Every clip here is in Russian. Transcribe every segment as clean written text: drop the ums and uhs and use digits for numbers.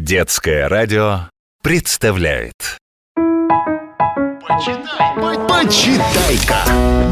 Детское радио представляет Почитай-ка!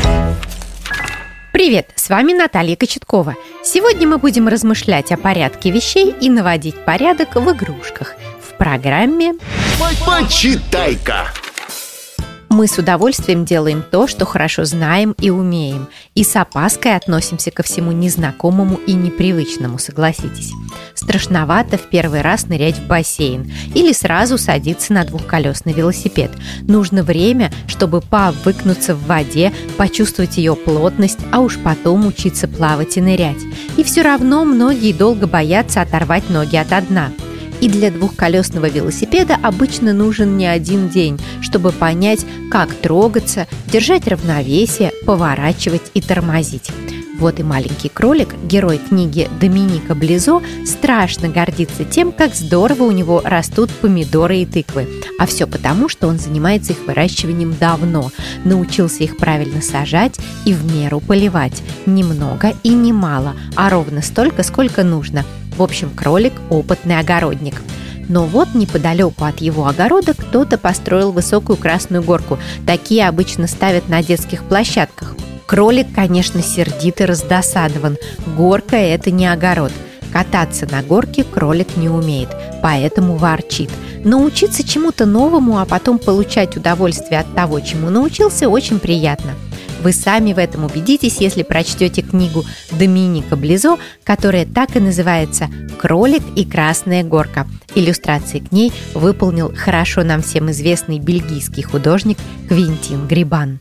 Привет, с вами Наталья Кочеткова. Сегодня мы будем размышлять о порядке вещей и наводить порядок в игрушках в программе Почитай-ка! Мы с удовольствием делаем то, что хорошо знаем и умеем, и с опаской относимся ко всему незнакомому и непривычному, согласитесь. Страшновато в первый раз нырять в бассейн или сразу садиться на двухколесный велосипед. Нужно время, чтобы пообвыкнуться в воде, почувствовать ее плотность, а уж потом учиться плавать и нырять. И все равно многие долго боятся оторвать ноги ото дна. И для двухколесного велосипеда обычно нужен не один день, чтобы понять, как трогаться, держать равновесие, поворачивать и тормозить. Вот и маленький кролик, герой книги Доминика Близо, страшно гордится тем, как здорово у него растут помидоры и тыквы. А все потому, что он занимается их выращиванием давно, научился их правильно сажать и в меру поливать. Немного и не мало, а ровно столько, сколько нужно. В общем, кролик – опытный огородник. Но вот неподалеку от его огорода кто-то построил высокую красную горку. Такие обычно ставят на детских площадках. Кролик, конечно, сердит и раздосадован. Горка – это не огород. Кататься на горке кролик не умеет, поэтому ворчит. Научиться чему-то новому, а потом получать удовольствие от того, чему научился, очень приятно. Вы сами в этом убедитесь, если прочтете книгу Доминика Близо, которая так и называется «Кролик и красная горка». Иллюстрации к ней выполнил хорошо нам всем известный бельгийский художник Квентин Грибан.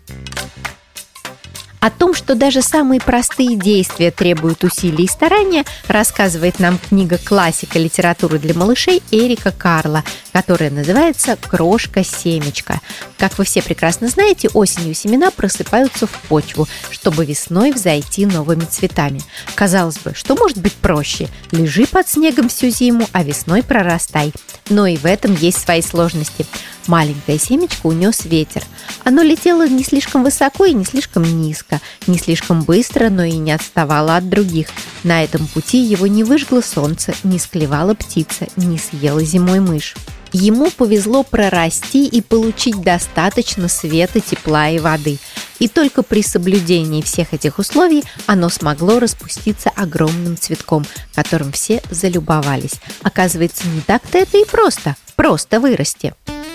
О том, что даже самые простые действия требуют усилий и старания, рассказывает нам книга классика литературы для малышей Эрика Карла, которая называется «Крошка-семечка». Как вы все прекрасно знаете, осенью семена просыпаются в почву, чтобы весной взойти новыми цветами. Казалось бы, что может быть проще? Лежи под снегом всю зиму, а весной прорастай. Но и в этом есть свои сложности. Маленькое семечко унес ветер. Оно летело не слишком высоко и не слишком низко, не слишком быстро, но и не отставало от других. На этом пути его не выжгло солнце, не склевала птица, не съела зимой мышь. Ему повезло прорасти и получить достаточно света, тепла и воды. И только при соблюдении всех этих условий оно смогло распуститься огромным цветком, которым все залюбовались. Оказывается, не так-то это и просто вырасти.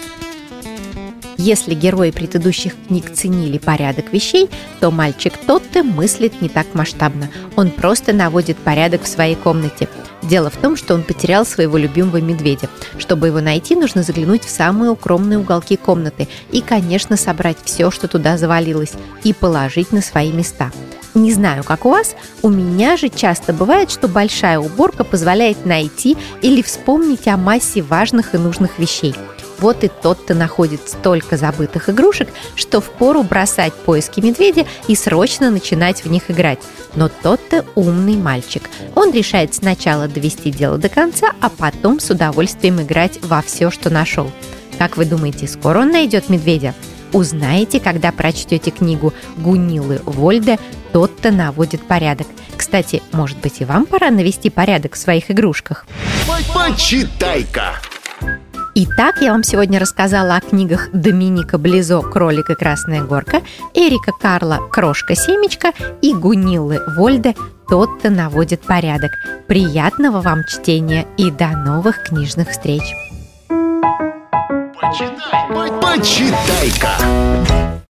Если герои предыдущих книг ценили порядок вещей, то мальчик Тотте мыслит не так масштабно. Он просто наводит порядок в своей комнате. Дело в том, что он потерял своего любимого медведя. Чтобы его найти, нужно заглянуть в самые укромные уголки комнаты и, конечно, собрать все, что туда завалилось, и положить на свои места. Не знаю, как у вас, у меня же часто бывает, что большая уборка позволяет найти или вспомнить о массе важных и нужных вещей. Вот и Тотте находит столько забытых игрушек, что впору бросать поиски медведя и срочно начинать в них играть. Но Тотте умный мальчик. Он решает сначала довести дело до конца, а потом с удовольствием играть во все, что нашел. Как вы думаете, скоро он найдет медведя? Узнаете, когда прочтете книгу Гуниллы Вольде «Тотте наводит порядок». Кстати, может быть, и вам пора навести порядок в своих игрушках? Почитай-ка! Итак, я вам сегодня рассказала о книгах Доминика Близо «Кролик и красная горка», Эрика Карла «Крошка-семечка» и Гуниллы Вольде «Тотте наводит порядок». Приятного вам чтения и до новых книжных встреч! Почитай-ка!